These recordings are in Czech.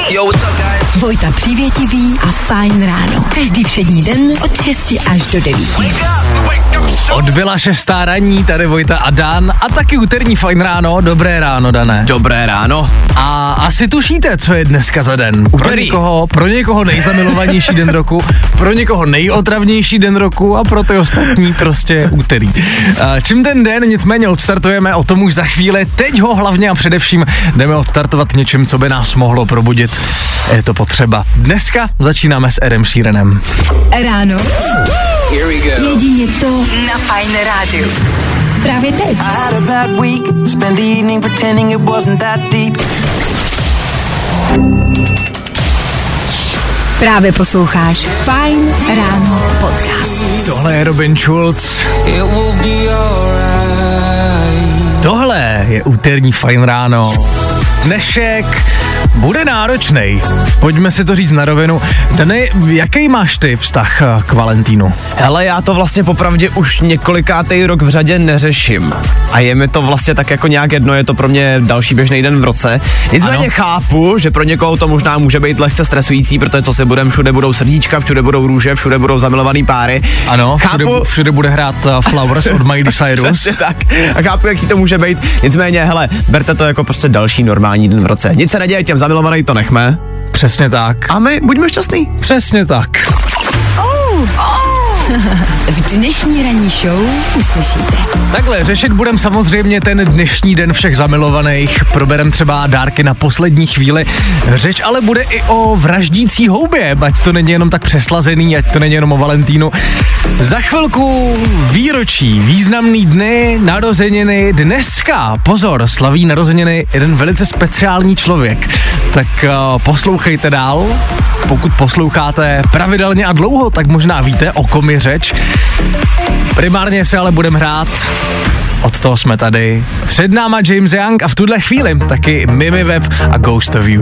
Yo, what's up, guys? Vojta Přívětivý a Fajn ráno. Každý všední den od 6 až do 9. Odbyla 6. ranní, tady Vojta a Dan a taky úterní Fajn ráno. Dobré ráno, Dané. Dobré ráno. A asi tušíte, co je dneska za den. Pro někoho nejzamilovanější den roku, pro někoho nejotravnější den roku a pro ty ostatní prostě úterý. Čím ten den nicméně odstartujeme, o tom už za chvíli. Teď ho hlavně a především jdeme odstartovat něčím, co by nás mohlo probudit. Je to potřeba. Dneska začínáme s Edem Sheeranem. Ráno. Jedině to na Fajn rádiu. Právě teď. Právě posloucháš Fajn ráno podcast. Tohle je Robin Schulz. Tohle je úterní Fajn ráno. Dnešek bude náročnej. Pojďme si to říct na rovinu. Dany, jaký máš ty vztah k Valentínu? Hele, já to vlastně popravdě už několikátej rok v řadě neřeším. A je mi to vlastně tak jako nějak jedno, je to pro mě další běžný den v roce. Nicméně chápu, že pro někoho to možná může být lehce stresující, protože co se budeme, všude budou srdíčka, všude budou růže, všude budou zamilovaný páry. Ano, všude bude hrát Flowers od Miley Cyrus. Tak. A chápu, jaký to může být. Nicméně, hele, berte to jako prostě další normální den v roce. Nic se neděje, těm zamilovaný to nechme. Přesně tak. A my buďme šťastný. Přesně tak. V dnešní ranní show uslyšíte. Takhle, řešit budem samozřejmě ten dnešní den všech zamilovaných, proberem třeba dárky na poslední chvíli. Řeč ale bude i o vraždící houbě, ať to není jenom tak přeslazený, ať to není jenom o Valentínu. Za chvilku výročí, významný dny, narozeniny. Dneska, pozor, slaví narozeniny jeden velice speciální člověk. Tak poslouchejte dál. Pokud posloucháte pravidelně a dlouho, tak možná víte, o kom je řeč. Primárně se ale budeme hrát, od toho jsme tady. Před náma James Young a v tuhle chvíli taky Mimi Webb a Ghost of You.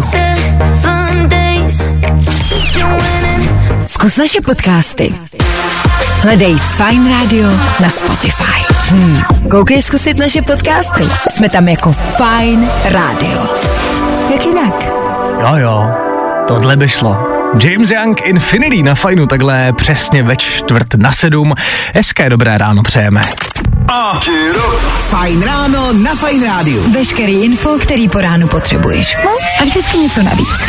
Zkus naše podcasty. Hledej Fajn Radio na Spotify. Koukej zkusit naše podcasty. Jsme tam jako Fajn Radio. Jak jinak? Jo, tohle by šlo. James Young Infinity na Fajnu takhle přesně ve 6:45. Hezké dobré ráno přejeme. Fajn ráno na Fajn rádiu. Veškerý info, který po ránu potřebuješ. No a vždycky něco navíc.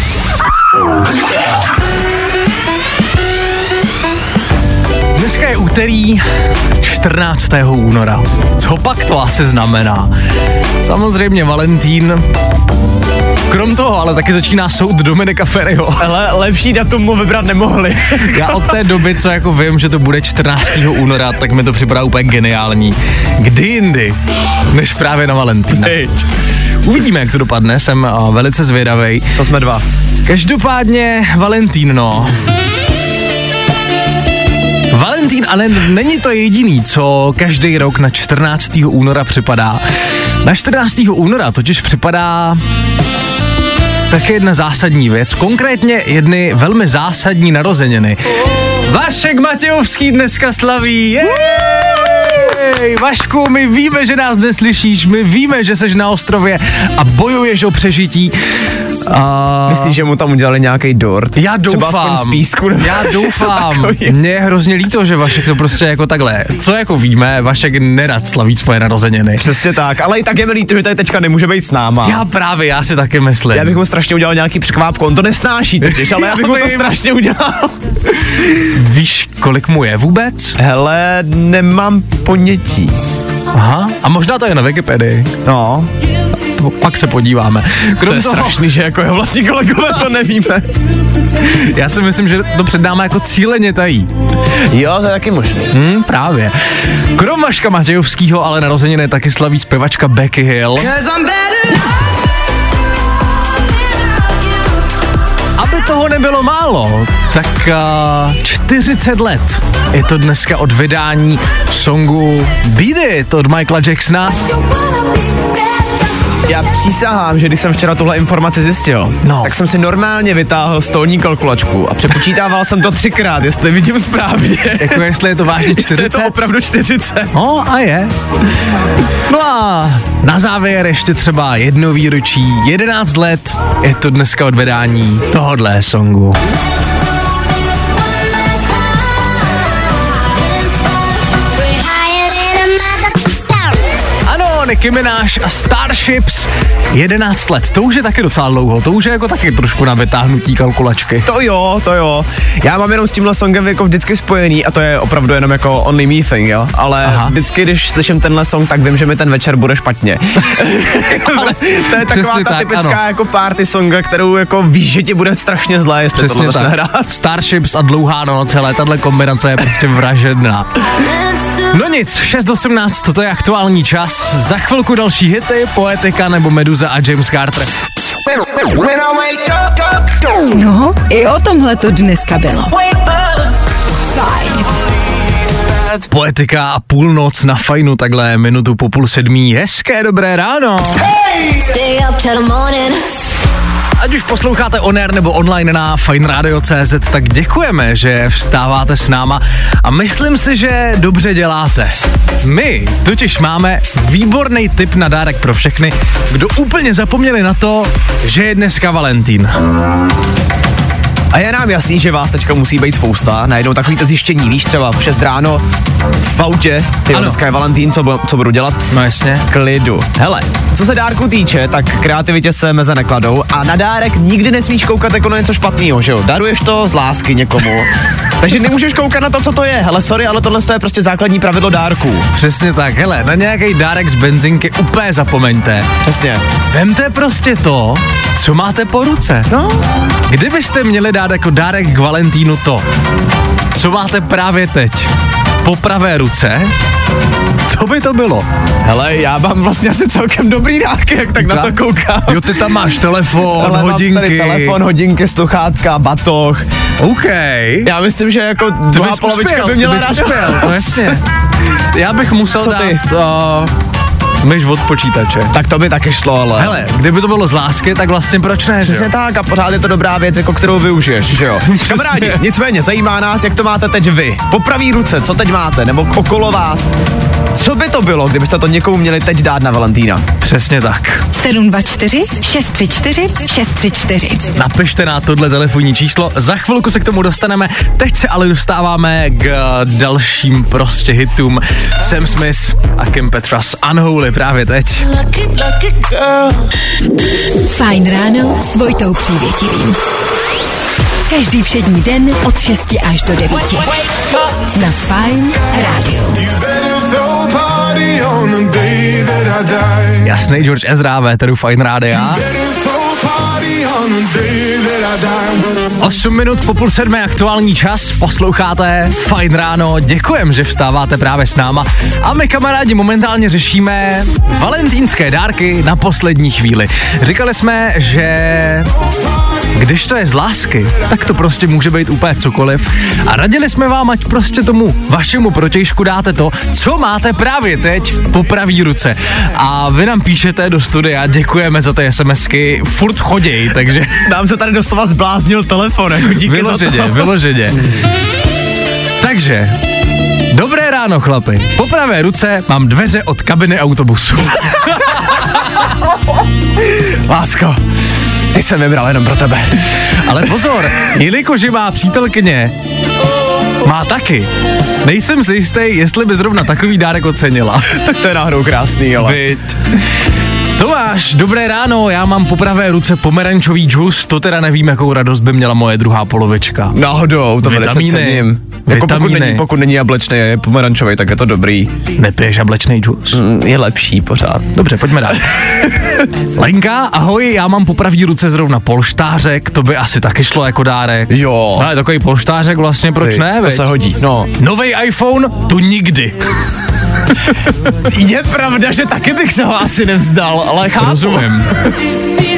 Dneska je úterý 14. února. Co pak to asi znamená? Samozřejmě Valentín. Krom toho, ale taky začíná soud Dominika Feriho. Ale lepší datum mu vybrat nemohli. Já od té doby, co jako vím, že to bude 14. února, tak mi to připadá úplně geniální. Kdy jindy, než právě na Valentína. Uvidíme, jak to dopadne, jsem velice zvědavej. To jsme dva. Každopádně Valentín, no. Valentín, ale není to jediný, co každý rok na 14. února připadá. Na 14. února totiž připadá také jedna zásadní věc, konkrétně jedny velmi zásadní narozeniny. Vašek Matějovský dneska slaví. Jej! Vašku, my víme, že nás neslyšíš, my víme, že seš na ostrově a bojuješ o přežití. Myslíš, že mu tam udělali nějaký dort? Já doufám. Třeba aspoň z písku, já doufám. Mně je hrozně líto, že Vašek to prostě jako takhle. Co jako víme, Vašek nerad slaví svoje narozeniny. Přesně tak, ale i tak je mi líto, že tady teďka nemůže být s náma. Já si taky myslím. Já bych mu strašně udělal nějaký překvápko, on to nesnáší totiž, ale já bych mu to strašně udělal. Víš, kolik mu je vůbec? Hele, nemám ponětí. Aha, a možná to je na Wikipedii. No. Pak se podíváme. To je strašný, že jako jeho vlastní kolegové to nevíme. Já si myslím, že to před náma jako cíleně tají. Jo, to je taky možný. Právě. Krom Vaška Matějovskýho, ale narozeniny taky slaví zpěvačka Becky Hill. Aby toho nebylo málo, tak 40 let je to dneska od vydání songu Beat It od Michaela Jacksona. Já přísahám, že když jsem včera tuhle informaci zjistil, tak jsem si normálně vytáhl stolní kalkulačku a přepočítával jsem to 3krát, jestli vidím správně. Jako jestli je to vážně 40? Je to opravdu 40. No a je. No a na závěr ještě třeba jedno výročí, 11 let, je to dneska od vydání tohodle songu. Nicki Minaj a Starships, 11 let, to už je taky docela dlouho, to už je jako taky trošku na vytáhnutí kalkulačky. To jo. Já mám jenom s tímhle songem jako vždycky spojený a to je opravdu jenom jako Only Me thing, jo, ale vždycky, když slyším tenhle song, tak vím, že mi ten večer bude špatně. Ale to je taková ta typická jako party songa, kterou jako víš, že ti bude strašně zlé, jestli tohle začne hrát. Starships a Dlouhá noc, hele, tahle kombinace je prostě vražedná. No nic, 6:18, to je aktuální čas. Za chvilku další hity, Poetika nebo Meduza a James Carter. No, i o tomhle to dneska bylo. Fajn. Poetika a půlnoc na Fajnu, takhle minutu po 6:30. Hezké dobré ráno. Hey! Ať už posloucháte on air nebo online na fajnradio.cz, tak děkujeme, že vstáváte s náma a myslím si, že dobře děláte. My totiž máme výborný tip na dárek pro všechny, kdo úplně zapomněli na to, že je dneska Valentín. A je nám jasný, že vás teďka musí být spousta. Najednou takovýto zjištění, víš, třeba v 6 ráno v autě, dneska je Valentín, co budu dělat? No jasně. Klidu. Hele, co se dárku týče, tak kreativitě se meze nekladou a na dárek nikdy nesmíš koukat jako na něco špatného, že jo? Daruješ to z lásky někomu. Takže nemůžeš koukat na to, co to je. Hele, sorry, ale tohle je prostě základní pravidlo dárků. Přesně tak. Hele, na nějaký dárek z benzinky úplně zapomeňte. Přesně. Vemte prostě to, co máte po ruce. No. Kdybyste měli dát jako dárek k Valentínu to, co máte právě teď po pravé ruce, co by to bylo? Hele, já mám vlastně asi celkem dobrý dárky, jak tak na to koukám. Jo, ty tam máš telefon, ale hodinky. Mám tady telefon, hodinky, sluchátka, batoh. OK. Já myslím, že jako druhá polovička by měla rád. No jasně. Já bych musel dát... myš od počítače. Tak to by taky šlo, ale... Hele, kdyby to bylo z lásky, tak vlastně proč ne? Přesně tak a pořád je to dobrá věc, jako kterou využiješ, že jo? Kamarádi, nicméně zajímá nás, jak to máte teď vy. Po pravý ruce, co teď máte, nebo okolo vás. Co by to bylo, kdybyste to někomu měli teď dát na Valentína? Přesně tak. 724 634 634. Napište na tohle telefonní číslo, za chvilku se k tomu dostaneme, teď se ale dostáváme k dalším prostě hitům. Sam Smith a Kim Petras Unholy právě teď. Fajn ráno s Vojtou Přívětivým. Každý všední den od 6 až do 9. Na Fajn rádiu. Jasný, George Ezra, véteru Fajn rádia. 8 minut po 6:30 aktuální čas, posloucháte Fajn ráno, děkujem, že vstáváte právě s náma a my kamarádi momentálně řešíme valentínské dárky na poslední chvíli. Říkali jsme, že když to je z lásky, tak to prostě může být úplně cokoliv a radili jsme vám, ať prostě tomu vašemu protějšku dáte to, co máte právě teď po pravý ruce. A vy nám píšete do studia, děkujeme za ty SMSky, furt choděj, takže... Nám se tady doslova zbláznil telefon, jako díky vyloženě. Takže, dobré ráno chlapi, po pravé ruce mám dveře od kabiny autobusu. Lásko, ty jsem vybral jenom pro tebe. Ale pozor, jelikož má přítelkyně, má taky. Nejsem si jistý, jestli by zrovna takový dárek ocenila. Tak to je náhodou krásný, ale... Viď. Tomáš, dobré ráno, já mám po pravé ruce pomerančový džus, to teda nevím, jakou radost by měla moje druhá polovička. Náhodou, to velice cením. Jako pokud není jablečný, je pomerančový, tak je to dobrý. Nepiješ jablečný džus? Je lepší pořád. Dobře, pojďme dál. Lenka, ahoj, já mám po pravý ruce zrovna polštářek, to by asi taky šlo jako dárek. Jo. Ale takový polštářek vlastně, proč ne? To se hodí. No. Novej iPhone, to nikdy. Je pravda, že taky bych se ho asi nevzdal, ale chápu. Rozumím.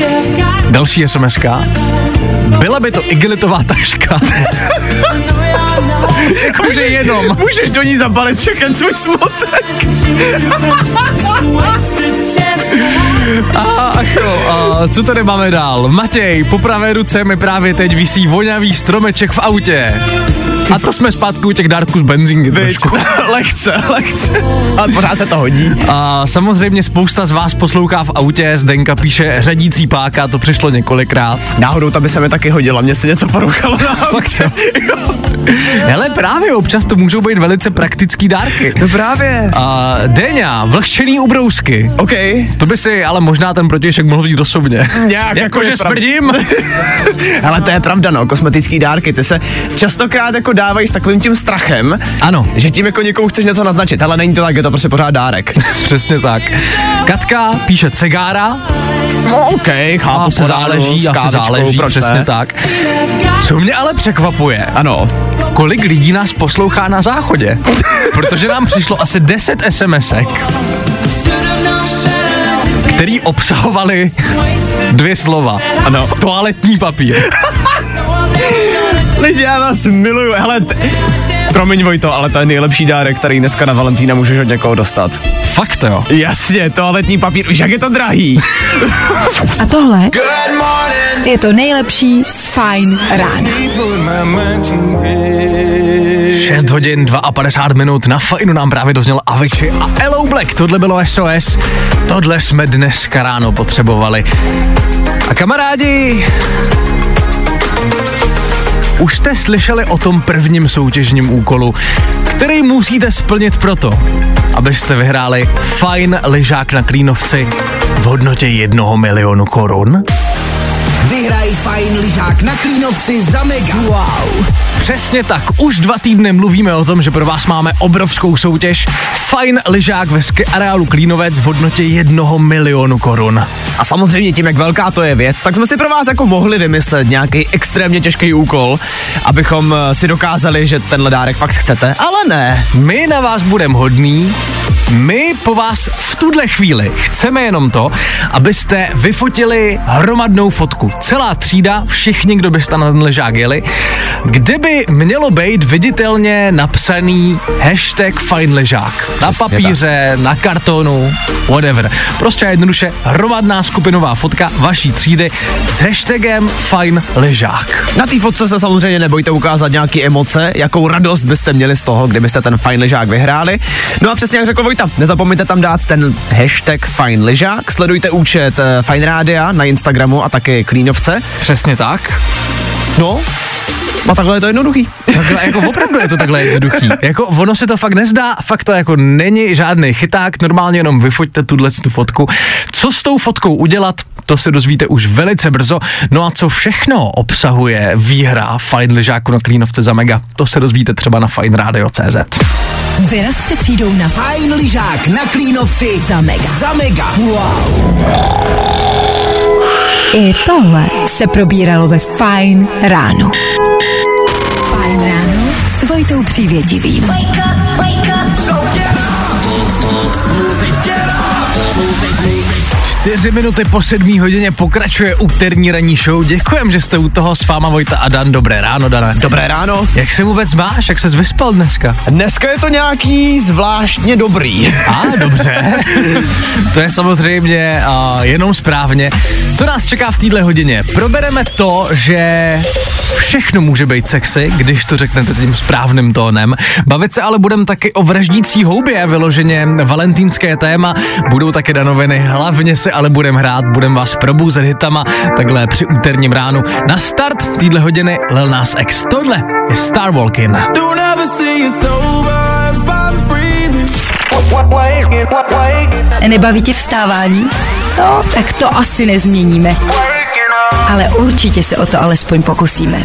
Další SMSka. Byla by to igelitová taška. Jakože jenom. Můžeš do ní zabalit všechen svůj smutek. A co tady máme dál? Matěj, po pravé ruce mi právě teď visí vonavý stromeček v autě. A to jsme zpátky u těch dárků z benzínky trošku. Lehce. Ale pořád se to hodí. A samozřejmě spousta z vás poslouchá v autě, Zdenka píše řadící páka, to přišlo několikrát. Náhodou ta by se mi taky hodila, mně se něco porouchalo na autě. Hele, právě občas to můžou být velice praktický dárky. No právě. A Déňa, vlhčený ubrousky. OK. To by si ale možná ten protějšek mohl vzít osobně. Nějak Jakože smrdím. Ale to je pravda, no, kosmetický dárky, ty se častokrát jako dávají s takovým tím strachem, Ano. že tím jako někomu chceš něco naznačit, ale není to tak, je to prostě pořád dárek. Přesně tak. Katka píše cigára. No OK, chápu, Asi záleží, přesně ne? tak. Co mě ale překvapuje, Ano. kolik lidí nás poslouchá na záchodě. Protože nám přišlo asi 10 SMSek, který obsahovaly 2 slova. Ano. Toaletní papír. Lidi, já vás miluju, hele, promiň Vojto, ale to je nejlepší dárek, který dneska na Valentína můžeš od někoho dostat. Fakt jo. Jasně, toaletní papír, už jak je to drahý. A tohle je to nejlepší z Fajn rána. 6 hodin 52 minut na Fajnu nám právě dozněl Avicii a Hello Black, tohle bylo SOS, tohle jsme dneska ráno potřebovali. A kamarádi, už jste slyšeli o tom prvním soutěžním úkolu, který musíte splnit proto, abyste vyhráli fajn lyžák na Klínovci v hodnotě 1 milionu korun? Vyhraj fajn lyžák na Klínovci za mega. Wow. Přesně tak, už 2 týdny mluvíme o tom, že pro vás máme obrovskou soutěž fajn lyžák ve ski areálu Klínovec v hodnotě 1 milionu korun. A samozřejmě tím, jak velká to je věc, tak jsme si pro vás jako mohli vymyslet nějaký extrémně těžký úkol, abychom si dokázali, že tenhle dárek fakt chcete, ale ne. My na vás budeme hodný, my po vás v tuhle chvíli chceme jenom to, abyste vyfotili hromadnou fotku. Celá třída, všichni, kdo byste na ten lyžák jeli, kde by mělo být viditelně napsaný hashtag fajn lyžák. Na papíře, na kartonu, whatever. Prostě jednoduše hromadná skupinová fotka vaší třídy s hashtagem fajn lyžák. Na té fotce se samozřejmě nebojte ukázat nějaký emoce, jakou radost byste měli z toho, kdybyste ten fajn lyžák vyhráli. No a přesně jak řekl Vojta, nezapomeňte tam dát ten hashtag fajn lyžák, sledujte účet Fajn Rádia na Instagramu a taky Klínovce. Přesně tak. No, a takhle je to jednoduchý. Takhle, jako opravdu je to takhle jednoduchý. Jako ono se to fakt nezdá, fakt to jako není žádný chyták, normálně jenom vyfoťte tu fotku. Co s tou fotkou udělat, to se dozvíte už velice brzo. No a co všechno obsahuje výhra fajn lyžáku na Klínovce za mega, to se dozvíte třeba na fajnradio.cz. Vyraz se třídou na Fajn lyžák na Klínovci za mega. Za mega. Wow. I tohle se probíralo ve Fajn ráno. Fajn ráno s Vojtou Přívětivým. 4 minuty po 7 hodině pokračuje úterní ranní show. Děkujem, že jste u toho, s váma Vojta a Dan. Dobré ráno, Dane. Dobré ráno. Jak se vůbec máš? Jak ses vyspal dneska? Dneska je to nějaký zvláštně dobrý. Dobře. To je samozřejmě jenom správně. Co nás čeká v téhle hodině? Probereme to, že všechno může být sexy, když to řeknete tím správným tónem. Bavit se ale budeme taky o vraždící houbě, vyloženě valentýnské téma. Budou taky danoviny, hlavně se ale budeme hrát, budeme vás probouzet hitama takhle při úterním ránu. Na start téhle hodiny Lil Nas X. Tohle je Star Walking. Nebaví tě vstávání? No, tak to asi nezměníme. Ale určitě se o to alespoň pokusíme.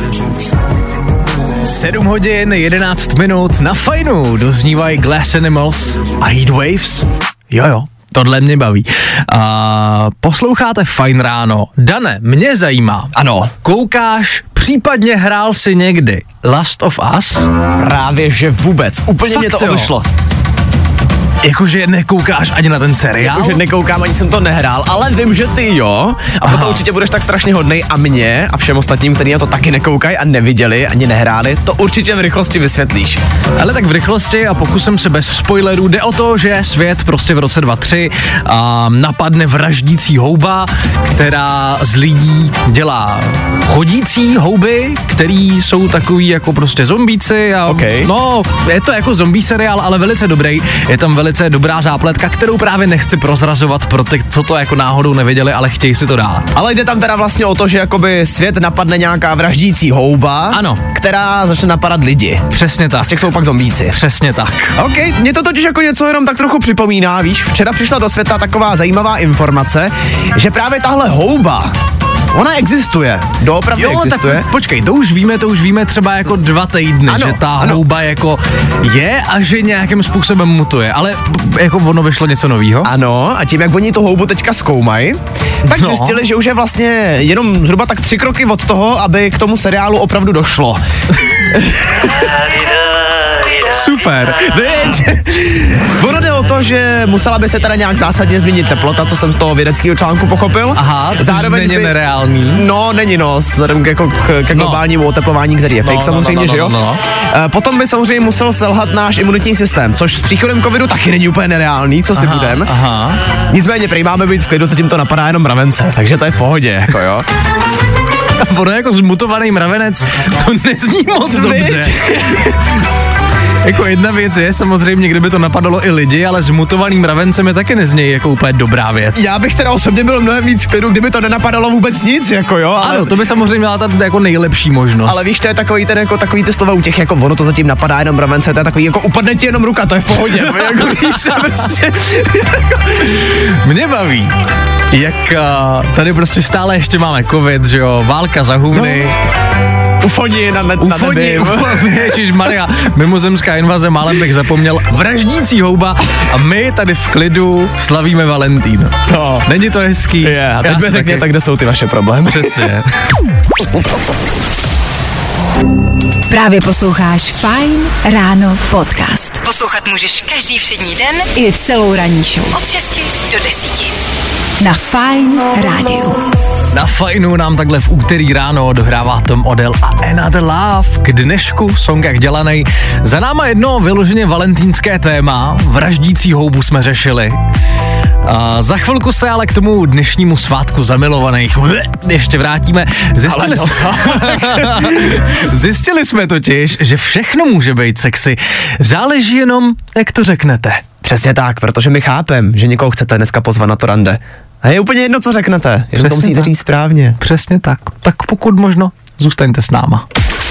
7 hodin, 11 minut na Fajnu doznívají Glass Animals a Heatwaves. Jo, tohle mě baví. Posloucháte Fajn ráno. Dane, mě zajímá. Ano. Koukáš, případně hrál si někdy Last of Us? Právě, že vůbec. Úplně Fakt mě to jo. obyšlo. Jakože nekoukáš ani na ten seriál? Jakože nekoukám, ani jsem to nehrál, ale vím, že ty jo. A potom určitě budeš tak strašně hodnej a mě a všem ostatním, kteří na to taky nekoukají a neviděli, ani nehráli, to určitě v rychlosti vysvětlíš. Ale tak v rychlosti a pokusím se bez spoilerů, jde o to, že svět prostě v roce 2003 napadne vraždící houba, která z lidí dělá chodící houby, který jsou takový jako prostě zombíci a no, je to jako zombie seriál, ale velice dobrý. Je tam velice dobrá zápletka, kterou právě nechci prozrazovat pro ty, co to jako náhodou nevěděli, ale chtějí si to dát. Ale jde tam teda vlastně o to, že jakoby svět napadne nějaká vraždící houba, ano, která začne napadat lidi. Přesně tak. A z těch jsou pak zombíci. Přesně tak. OK, mě to totiž jako něco jenom tak trochu připomíná, víš, včera přišla do světa taková zajímavá informace, že právě tahle houba, ona existuje, doopravdy existuje. Tak počkej, to už víme třeba jako 2 týdny, ano, že ta houba jako je a že nějakým způsobem mutuje, ale jako ono vyšlo něco novýho. Ano, a tím, jak oni tu houbu teďka zkoumají, tak zjistili, že už je vlastně jenom zhruba tak 3 kroky od toho, aby k tomu seriálu opravdu došlo. Super. Ono jde o to, že musela by se teda nějak zásadně změnit teplota, co jsem z toho vědeckého článku pochopil. Aha, zároveň není nereálný. No, není vzhledem ke globálnímu oteplování, který je fake samozřejmě, že jo? Potom by samozřejmě musel selhat náš imunitní systém, což s příchodem covidu taky není úplně nereálný, co si budem. Nicméně prý máme být v klidu, zatím to napadá jenom mravence, takže to je v pohodě, jako jo. Ono jako zmutovaný mravenec, to nezní moc dobře. Jako jedna věc je samozřejmě, kdyby to napadalo i lidi, ale zmutovaným mravencem je taky neznějí jako úplně dobrá věc. Já bych teda osobně byl mnohem víc v klidu, kdyby to nenapadalo vůbec nic, jako jo. Ale... Ano, to by samozřejmě byla ta jako nejlepší možnost. Ale víš, to je takový ty slova u těch, jako ono to zatím napadá jenom mravence, to je takový, jako upadne ti jenom ruka, to je v pohodě, jako víš, prostě. Mě baví, jak tady prostě stále ještě máme covid, že jo, válka za humny. Ufoni na nebi. Ježišmarja, mimozemská invaze, málem bych zapomněl, vraždící houba a my tady v klidu slavíme Valentín. No. Není to hezký? A teď mi řekněte, kde jsou ty vaše problémy. Přesně. Právě posloucháš Fajn ráno podcast. Poslouchat můžeš každý všední den i celou ranní show. Od 6 do 10. Na Fajn rádiu. Na Fajnu nám takhle v úterý ráno dohrává Tom Odell a Another Love. K dnešku song jak dělanej. Za náma jedno vyloženě valentínské téma. Vraždící houbu jsme řešili. A za chvilku se ale k tomu dnešnímu svátku zamilovaných ještě vrátíme. Zjistili jsme totiž, že všechno může být sexy. Záleží jenom, jak to řeknete. Přesně tak, protože my chápem, že někoho chcete dneska pozvat na to rande. A je úplně jedno, co řeknete, jenom to musíte říct správně. Přesně tak. Tak pokud možno, zůstaňte s náma.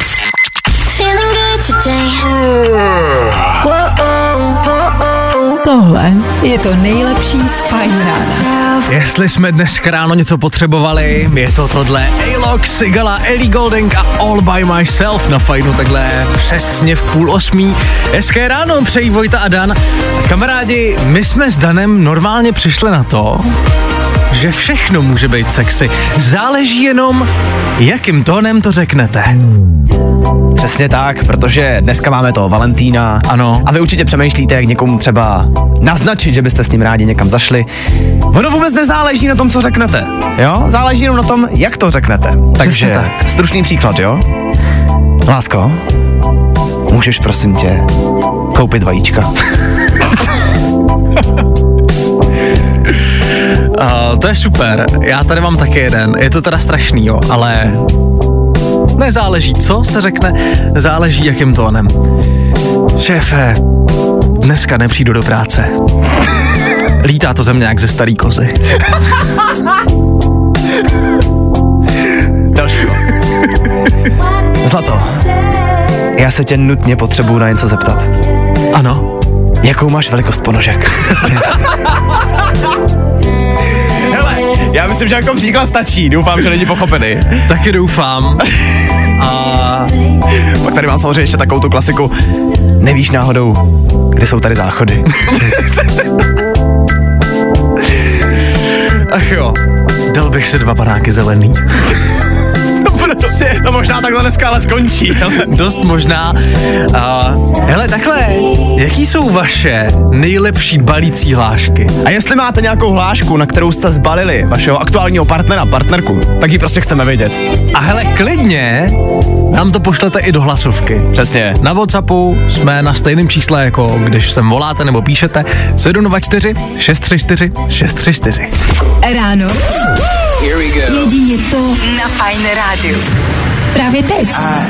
Tohle je to nejlepší z Fajn rána. Jestli jsme dneska ráno něco potřebovali, je to tohle. A-Log, Sigala, Ellie Goulding a All by Myself na Fajnu takhle přesně v 7:30. Hezké ráno, přejí Vojta a Dan. Kamarádi, my jsme s Danem normálně přišli na to, že všechno může být sexy. Záleží jenom, jakým tónem to řeknete. Přesně tak, protože dneska máme toho Valentína. Ano. A vy určitě přemýšlíte, jak někomu třeba naznačit, že byste s ním rádi někam zašli. Ono vůbec nezáleží na tom, co řeknete, jo? Záleží jenom na tom, jak to řeknete. Takže tak. Stručný příklad, jo? Lásko, můžeš prosím tě koupit vajíčka? To je super, já tady mám taky jeden, je to teda strašný, jo, ale nezáleží, co se řekne, záleží jakým tónem. Šéfe, dneska nepřijdu do práce. Lítá to ze mě jak ze starý kozy. Další. Zlato, já se tě nutně potřebuju na něco zeptat. Ano. Jakou máš velikost ponožek? Hele, já myslím, že jako příklad stačí. Doufám, že není pochopený. Taky doufám. A pak tady mám samozřejmě ještě takovou tu klasiku. Nevíš náhodou, kde jsou tady záchody? Ach jo, dal bych si 2 panáky zelený. Přesně, to možná takhle dneska ale skončí. Dost možná. Hele, takhle, jaký jsou vaše nejlepší balící hlášky? A jestli máte nějakou hlášku, na kterou jste zbalili vašeho aktuálního partnerku, tak ji prostě chceme vědět. A hele, klidně nám to pošlete i do hlasovky. Přesně. Na WhatsAppu jsme na stejném čísle, jako když sem voláte nebo píšete 724 634 634. Ráno. Jedině to na Fajn rádiu. Právě teď.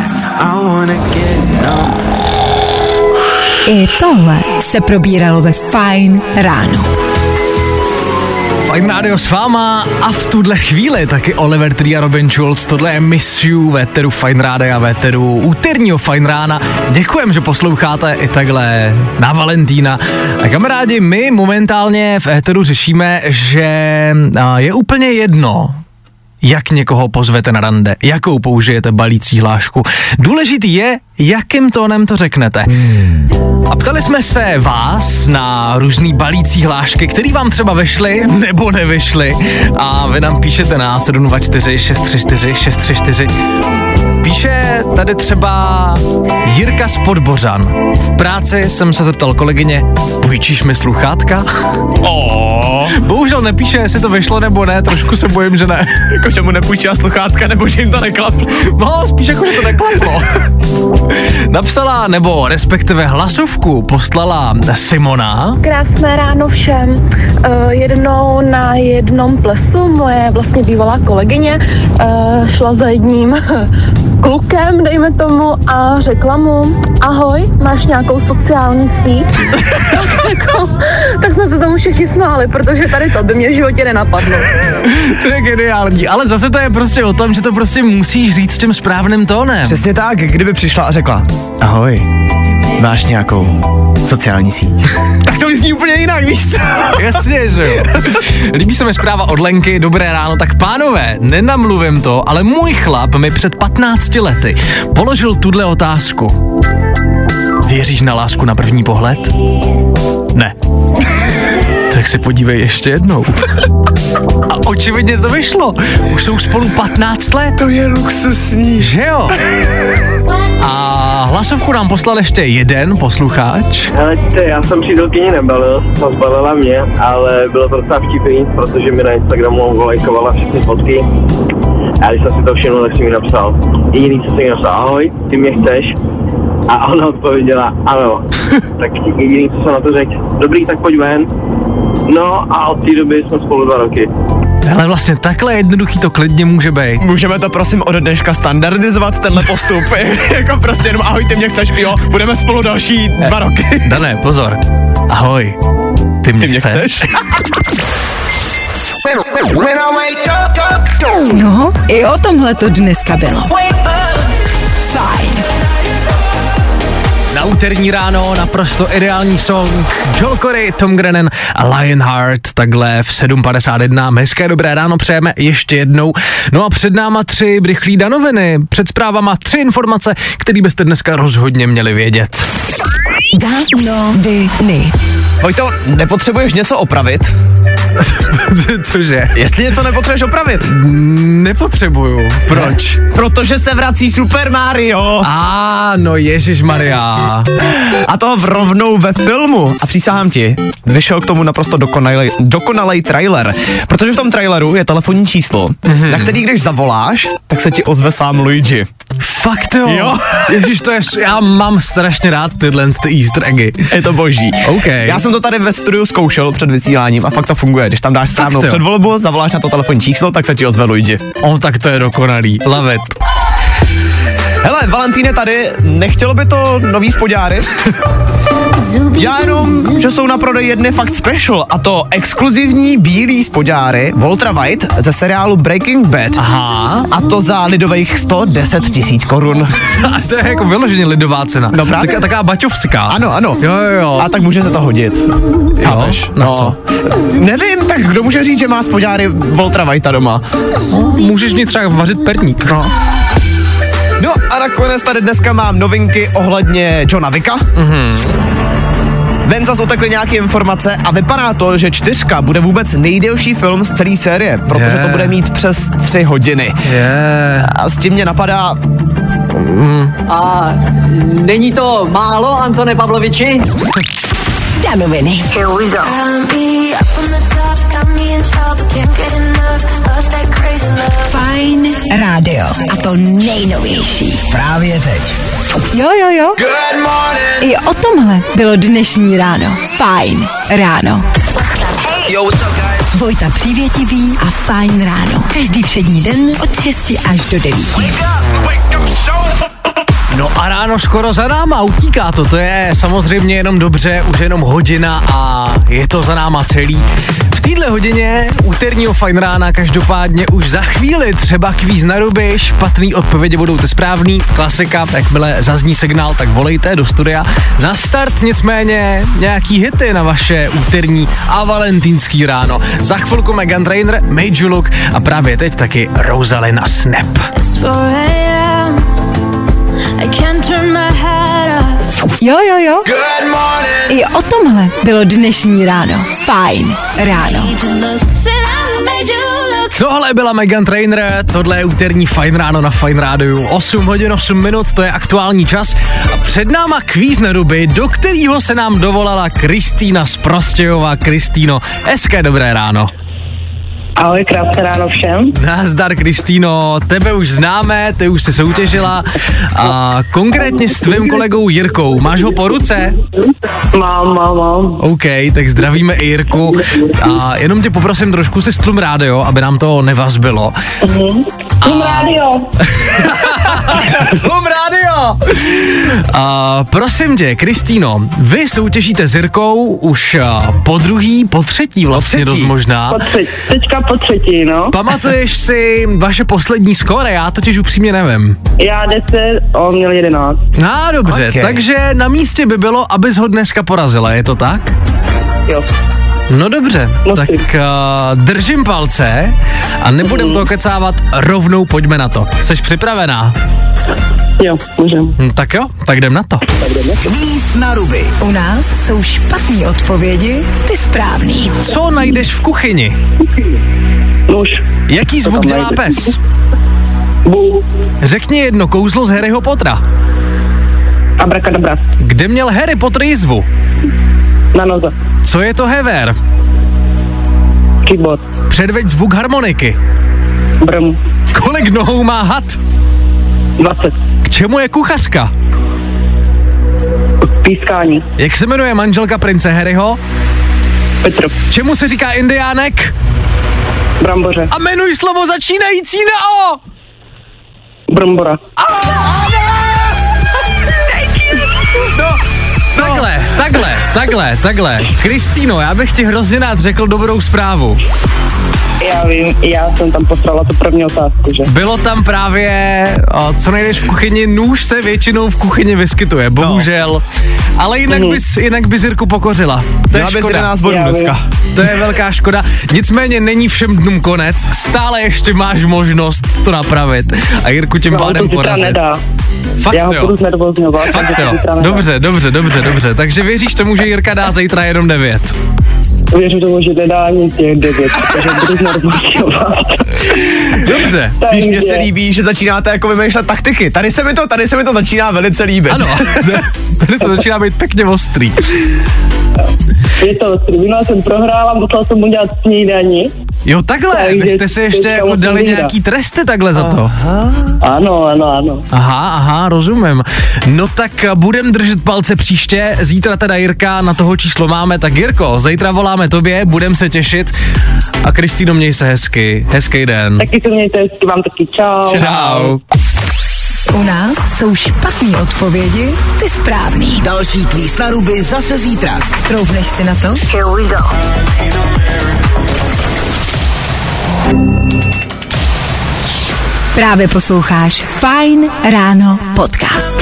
I tohle se probíralo ve Fajn ráno. Fajn rádio s váma a v tuhle chvíli taky Oliver Tree a Robin Schulz. Tohle je Miss You v éteru Fajn rádia, v éteru úterního Fajn rána. Děkujem, že posloucháte i takhle na Valentína. A kamarádi, my momentálně v éteru řešíme, že je úplně jedno, jak někoho pozvete na rande, jakou použijete balící hlášku. Důležitý je, jakým tónem to řeknete. A ptali jsme se vás na různý balící hlášky, který vám třeba vyšly nebo nevyšly. A vy nám píšete na 724 634 634. Píše tady třeba Jirka z Podbořan. V práci jsem se zeptal kolegyně, půjčíš mi sluchátka? Bohužel nepíše, jestli to vyšlo nebo ne, trošku se bojím, že ne. Jako, že mu nepůjčila sluchátka, nebo že jim to neklaplo. No, spíš jako, že to neklaplo. Napsala, nebo respektive hlasovku poslala Simona. Krásné ráno všem. Jednou na jednom plesu moje vlastně bývalá kolegyně šla za jedním klukem, dejme tomu, a řekla mu, ahoj, máš nějakou sociální síť? Tak jsme se tomu všichni smáli, protože tady to by mě v životě nenapadlo. To je geniální, ale zase to je prostě o tom, že to prostě musíš říct tím správným tónem. Přesně tak, kdyby přišla a řekla, ahoj, máš nějakou sociální síť? Tak to zní úplně jinak, víš co? Jasně, že jo. Líbí se mi zpráva od Lenky, dobré ráno, tak pánové, nenamluvím to, ale můj chlap mi před 15 lety položil tuhle otázku. Věříš na lásku na první pohled? Ne. Tak se podívej ještě jednou. A očividně to vyšlo. Už jsou spolu 15 let. To je luxusní. Že jo? A hlasovku nám poslal ještě jeden posluchač. Heleďte, já jsem přítelkyni nebalil, zbalila mě, ale bylo to docela vtipný, protože mi na Instagramu lajkovala všechny fotky. A když jsem si to všiml, tak si mi napsal. Jediný, co si mi napsal, ahoj, ty mě chceš? A ona odpověděla, ano. Tak jediný, co jsem na to řekl, dobrý, tak pojď ven. No a od té doby jsme spolu 2 roky. Ale vlastně takhle jednoduchý to klidně může být. Můžeme to prosím od dneška standardizovat, tenhle postup. Jako prostě jenom ahoj, ty mě chceš, jo, budeme spolu další 2 roky. Dané, pozor. Ahoj, ty mě chceš? No, i o tomhle to dneska bylo. Fajn. Na úterní ráno naprosto ideální song Joel Corey, Tom Grennan a Lionheart, takhle v 7:51. Hezké dobré ráno přejeme ještě jednou. No a před náma 3 rychlý danoviny, před zprávama 3 informace, které byste dneska rozhodně měli vědět. Danoviny. Vojto, nepotřebuješ něco opravit? Cože? Jestli něco nepotřebuješ opravit? Nepotřebuju. Proč? Protože se vrací Super Mario. No ježišmarja. A to rovnou ve filmu. A přísahám ti, vyšel k tomu naprosto dokonalej trailer. Protože v tom traileru je telefonní číslo, na který když zavoláš, tak se ti ozve sám Luigi. Fakt jo? Jo. Ježiš, já mám strašně rád tyhle easter eggy. Je to boží. Okay. Já jsem to tady ve studiu zkoušel před vysíláním a fakt to funguje. Když tam dáš správnou předvolbu, zavoláš na to telefonní číslo, tak se ti ozve Luigi. Tak to je dokonalý. Love it. Hele, Valentýne tady, nechtělo by to nový spodňáry? Já jenom, že jsou na prodej jedny fakt special, a to exkluzivní bílý spodňáry Waltera White ze seriálu Breaking Bad. Aha. A to za lidových 110 000 korun. A to je jako vyloženě lidová cena. No právě. Taková baťovská. Ano. Jo. A tak může se to hodit. Chápeš? Na co? Nevím, tak kdo může říct, že má spodňáry Waltera Whitea doma? Můžeš mi třeba vařit perník. No a nakonec tady dneska mám novinky ohledně Johna Wicka. ven zas utekly nějaké informace a vypadá to, že 4 bude vůbec nejdelší film z celé série, protože to bude mít přes 3 hodiny. A s tím mě napadá... A není to málo, Antone Pavloviči? Danoviny. Here we go. Fajn rádio. A to nejnovější. Právě teď. Jo. Good morning. I o tomhle bylo dnešní ráno. Fajn ráno. Yo, what's up, guys? Vojta Přívětivý a Fajn ráno. Každý všední den od 6 až do 9. No a ráno skoro za náma, utíká to je samozřejmě jenom dobře, už jenom hodina a je to za náma celý. V téhle hodině úterního Fajn rána každopádně už za chvíli třeba kvíz na ruby, špatný odpovědi budou ty správný, klasika, jakmile zazní signál, tak volejte do studia. Na start nicméně nějaký hity na vaše úterní a valentýnský ráno. Za chvilku Meghan Trainor, Made You Look a právě teď taky Rosalina Snap. Jo. Good morning. I o tomhle bylo dnešní ráno. Fajn ráno. Tohle byla Meghan Trainor, tohle je úterní Fajn ráno na Fajn rádiu. 8 hodin 8 minut, to je aktuální čas. A před náma kvíz na ruby, do kterého se nám dovolala Kristýna z Prostějova. Kristýno, hezké dobré ráno. Ahoj, krásné ráno všem. Nazdar, Kristýno, tebe už známe, ty už jsi soutěžila a konkrétně s tvým kolegou Jirkou. Máš ho po ruce? Mám. OK, tak zdravíme i Jirku a jenom tě poprosím trošku si stlum rádio, aby nám to nevazbilo. Radio. Stlum rádio! Prosím tě, Kristýno, vy soutěžíte s Jirkou už po druhý, po třetí vlastně dost možná. Teďka po třetí, no. Pamatuješ si vaše poslední skóre? Já totiž upřímně nevím. Já 10, on měl 11. Dobře, Okay. takže na místě by bylo, abys ho dneska porazila, je to tak? Jo. No dobře, tak držím palce a nebudem to kecávat, rovnou pojďme na to. Jseš připravená? Jo, můžem. Tak jo, tak jdem na to. Kvíz na ruby. U nás jsou špatný odpovědi, ty správný. Co najdeš v kuchyni? Nůž. Jaký zvuk tam dělá najdeš? pes? Bu. Řekni jedno kouzlo z Harryho Pottera. Abrakadabra. Kde měl Harry Potter jizvu? Na noze. Co je to hever? Keyboard. Předveď zvuk harmoniky. Brum. Kolik nohou má had? 20. K čemu je kuchařka? Pískání. Jak se jmenuje manželka prince Harryho? Petr. Čemu se říká indiánek? Bramboře. A jmenuj slovo začínající na O! Brambora. Takhle. Kristýno, já bych ti hrozně rád řekl dobrou zprávu. Já vím, já jsem tam poslala tu první otázku, že? Bylo tam právě, co najdeš v kuchyni, nůž se většinou v kuchyni vyskytuje, bohužel. Ale jinak bys Jirku pokořila. To je škoda. 11 bodů dneska. To je velká škoda. Nicméně není všem dnům konec, stále ještě máš možnost to napravit a Jirku tím pádem porazit. Nedá. Fakt Já ho jo. budu znervozňovat. Fakt jo. Dobře. Takže věříš tomu, že Jirka dá zítra jenom 9? Věřím tomu, že nedá ani těch 9, takže budu znervozňovat. Dobře. Víš, mně se líbí, že začínáte jako vymýšlet taktiky. Tady se mi to začíná velice líbit. Ano, tady to začíná být pěkně ostrý. Je to ostrý. Minule jsem prohrála, musela jsem mu dělat snídani. Jo, takhle, vy jste si ještě udali nějaký tresty takhle za to. Ano. Aha, rozumím. No tak budem držet palce příště, zítra teda Jirka, na toho číslo máme, tak Jirko, zítra voláme tobě, budem se těšit a Kristýno, měj se hezky, hezký den. Taky se mějte hezky, vám taky čau. Čau. U nás jsou špatný odpovědi, ty správný. Další kvíz na ruby zase zítra. Troufneš si na to? Here we go. Právě posloucháš Fajn ráno podcast.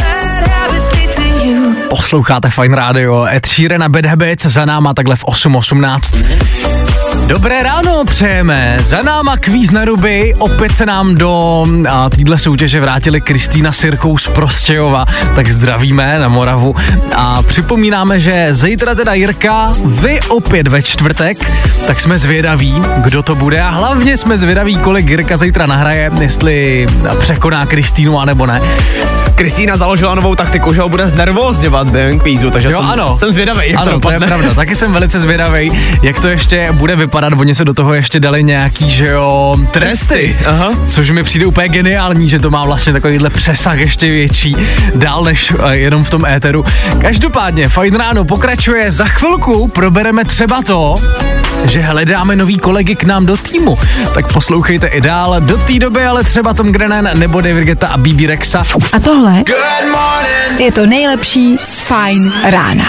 Posloucháte Fajn rádio, Ed Sheeran a Bad Habits za náma takhle v 8:18. Dobré ráno přejeme, za náma kvíz na ruby, opět se nám do téhle soutěže vrátili Kristýna s Jirkou z Prostějova, tak zdravíme na Moravu a připomínáme, že zítra teda Jirka, vy opět ve čtvrtek, tak jsme zvědaví, kdo to bude a hlavně jsme zvědaví, kolik Jirka zítra nahraje, jestli překoná Kristýnu anebo ne. Kristýna založila novou taktiku, že ho bude znervózňovat během kvízu, takže jsem zvědavý, jak to je pravda, taky jsem velice zvědavý, jak to ještě bude vypadat, oni se do toho ještě dali nějaký, že jo, tresty. Aha. Což mi přijde úplně geniální, že to má vlastně takovýhle přesah ještě větší, dál než jenom v tom éteru. Každopádně, Fajn ráno pokračuje, za chvilku probereme třeba to, že hledáme nový kolegy k nám do týmu, tak poslouchejte i dál, do té doby ale třeba Tom Grennan nebo David Guetta a BB Rexa. A tohle je to nejlepší z Fajn rána.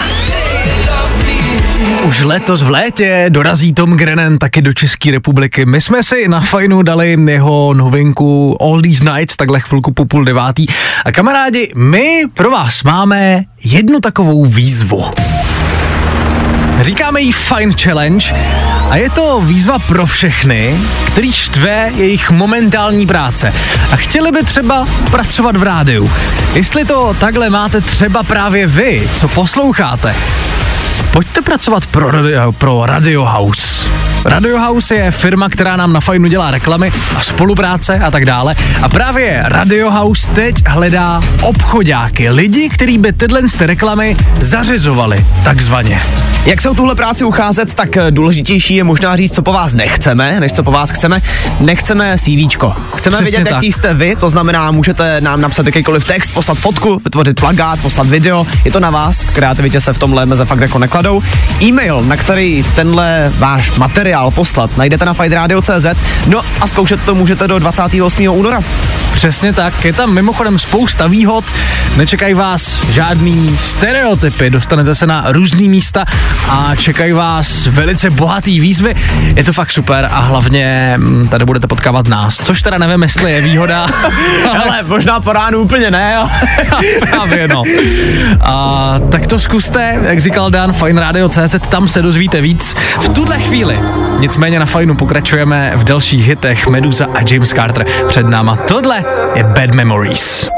Už letos v létě dorazí Tom Grennan taky do České republiky. My jsme si na Fajnu dali jeho novinku All These Nights, takhle chvilku po 8:30. A kamarádi, my pro vás máme jednu takovou výzvu. Říkáme jí Fine Challenge a je to výzva pro všechny, který štve jejich momentální práce a chtěli by třeba pracovat v rádiu. Jestli to takhle máte třeba právě vy, co posloucháte, pojďte pracovat pro Radio House. Radio House je firma, která nám na Fajnu dělá reklamy a spolupráce a tak dále. A právě Radio House teď hledá obchoďáky, lidi, kteří by tyhle reklamy zařizovali, takzvaně. Jak se o tuhle práci ucházet, tak důležitější je možná říct, co po vás nechceme, než co po vás chceme. Nechceme CVčko. Chceme Přesně vědět, jaký jste vy, to znamená, můžete nám napsat jakýkoliv text, poslat fotku, vytvořit plagát, poslat video, je to na vás, kreativitě se v tomhle meze fakt jako nekladou. E-mail, na který tenhle váš materiál poslat, najdete na fajnradio.cz, no a zkoušet to můžete do 28. února. Přesně tak, je tam mimochodem spousta výhod, nečekají vás žádný stereotypy, dostanete se na různý místa a čekají vás velice bohatý výzvy, je to fakt super a hlavně tady budete potkávat nás, což teda nevím, jestli je výhoda. Ale možná po ránu úplně ne, jo. Právě no. A tak to zkuste, jak říkal Dan, fajnradio.cz, tam se dozvíte víc. V tuhle chvíli nicméně na Fajnu pokračujeme v dalších hitech Meduza a James Carter před náma. Tohle je Bad Memories.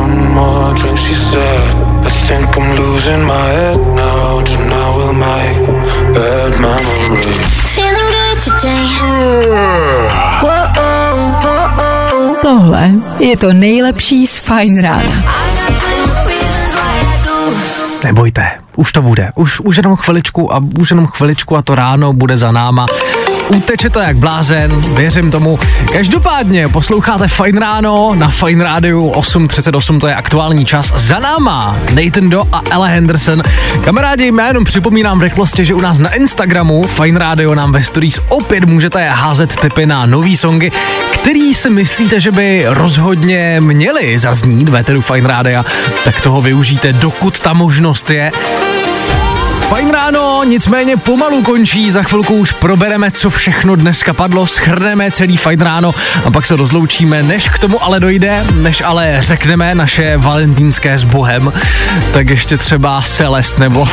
Tohle je to nejlepší z Fajn rána. Nebojte, už to bude. Už jenom chviličku a to ráno bude za náma. Uteče to jak blázen, věřím tomu. Každopádně posloucháte Fajn ráno na Fajn rádiu 8:38, to je aktuální čas. Za náma Nathan Doe a Ella Henderson. Kamarádi, já jenom připomínám v rychlosti, že u nás na Instagramu Fajn rádio nám ve stories opět můžete házet tipy na nový songy, který si myslíte, že by rozhodně měli zaznít v éteru Fajn rádia, tak toho využijte, dokud ta možnost je. Fajn ráno, nicméně pomalu končí, za chvilku už probereme, co všechno dneska padlo, shrneme celý Fajn ráno a pak se rozloučíme, než k tomu ale dojde, než ale řekneme naše valentínské s Bohem, tak ještě třeba Celest nebo...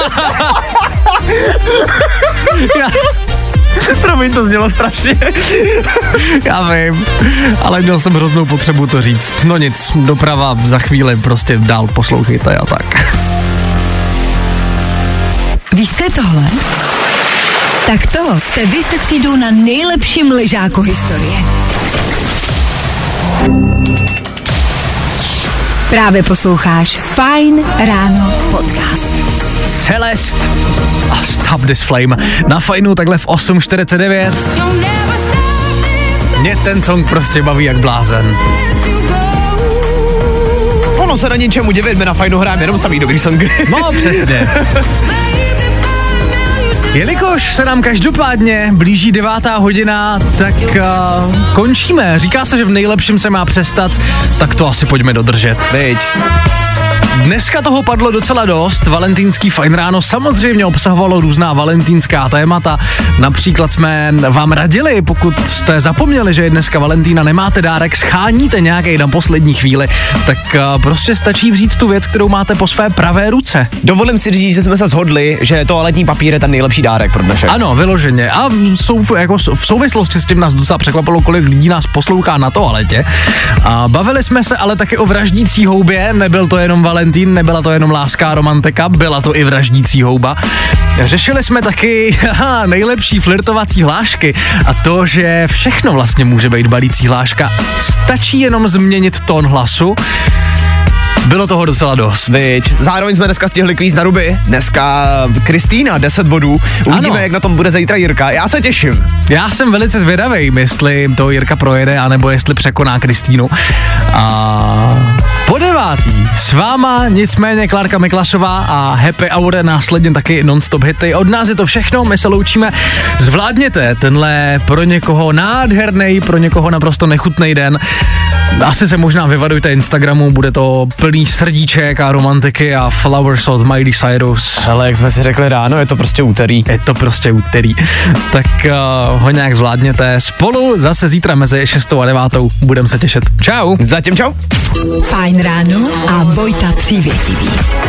Promiň, to znělo strašně. Já vím, ale měl jsem hroznou potřebu to říct. No nic, doprava za chvíli, prostě dál poslouchejte a tak. Víš, co je tohle? Tak to jste vy se třídou na nejlepším lyžáku historie. Právě posloucháš Fajn ráno podcast. Celest a Stop This Flame na Fajnu takhle v 8:49. Mě ten song prostě baví jak blázen. Ono se na ničemu divit, my na Fajnu hrajeme jenom samý dobrý songy. No přesně. Jelikož se nám každopádně blíží 9. hodina, tak končíme. Říká se, že v nejlepším se má přestat, tak to asi pojďme dodržet. Teď. Dneska toho padlo docela dost, valentýnský Fajn ráno samozřejmě obsahovalo různá valentýnská témata, například jsme vám radili, pokud jste zapomněli, že je dneska Valentína, nemáte dárek, scháníte nějaký na poslední chvíli, tak prostě stačí vzít tu věc, kterou máte po své pravé ruce. Dovolím si říct, že jsme se shodli, že toaletní papír je ten nejlepší dárek pro dnešek. Ano, vyloženě. A jako v souvislosti s tím nás docela překvapilo, kolik lidí nás poslouchá na toaletě. A bavili jsme se ale taky o vraždící houbě, nebyl to jenom Valentín, nebyla to jenom láska a romantika, byla to i vraždící houba. Řešili jsme taky nejlepší flirtovací hlášky a to, že všechno vlastně může být balící hláška. Stačí jenom změnit tón hlasu. Bylo toho docela dost. Víč. Zároveň jsme dneska stihli kvíz na ruby. Dneska Kristýna 10 bodů. Uvidíme, ano, jak na tom bude zítra Jirka. Já se těším. Já jsem velice zvědavý, jestli to Jirka projede, anebo jestli překoná Kristýnu. A po 9. s váma nicméně Klárka Miklasová a Happy Hour, následně taky non-stop hity. Od nás je to všechno, my se loučíme. Zvládněte tenhle pro někoho nádherný, pro někoho naprosto nechutný den. Asi se možná vyvadujte Instagramu, bude to plný srdíček a romantiky a flowers od Miley Cyrus. Ale jak jsme si řekli ráno, je to prostě úterý. Je to prostě úterý. Tak ho nějak zvládněte. Spolu zase zítra mezi 6. a 9. budeme se těšit. Čau. Zatím čau. Fajn ráno a Vojta Přívětivý.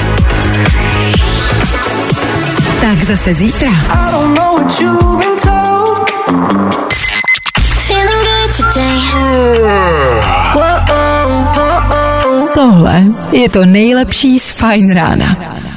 Tak zase zítra. Tohle je to nejlepší z Fajn rána.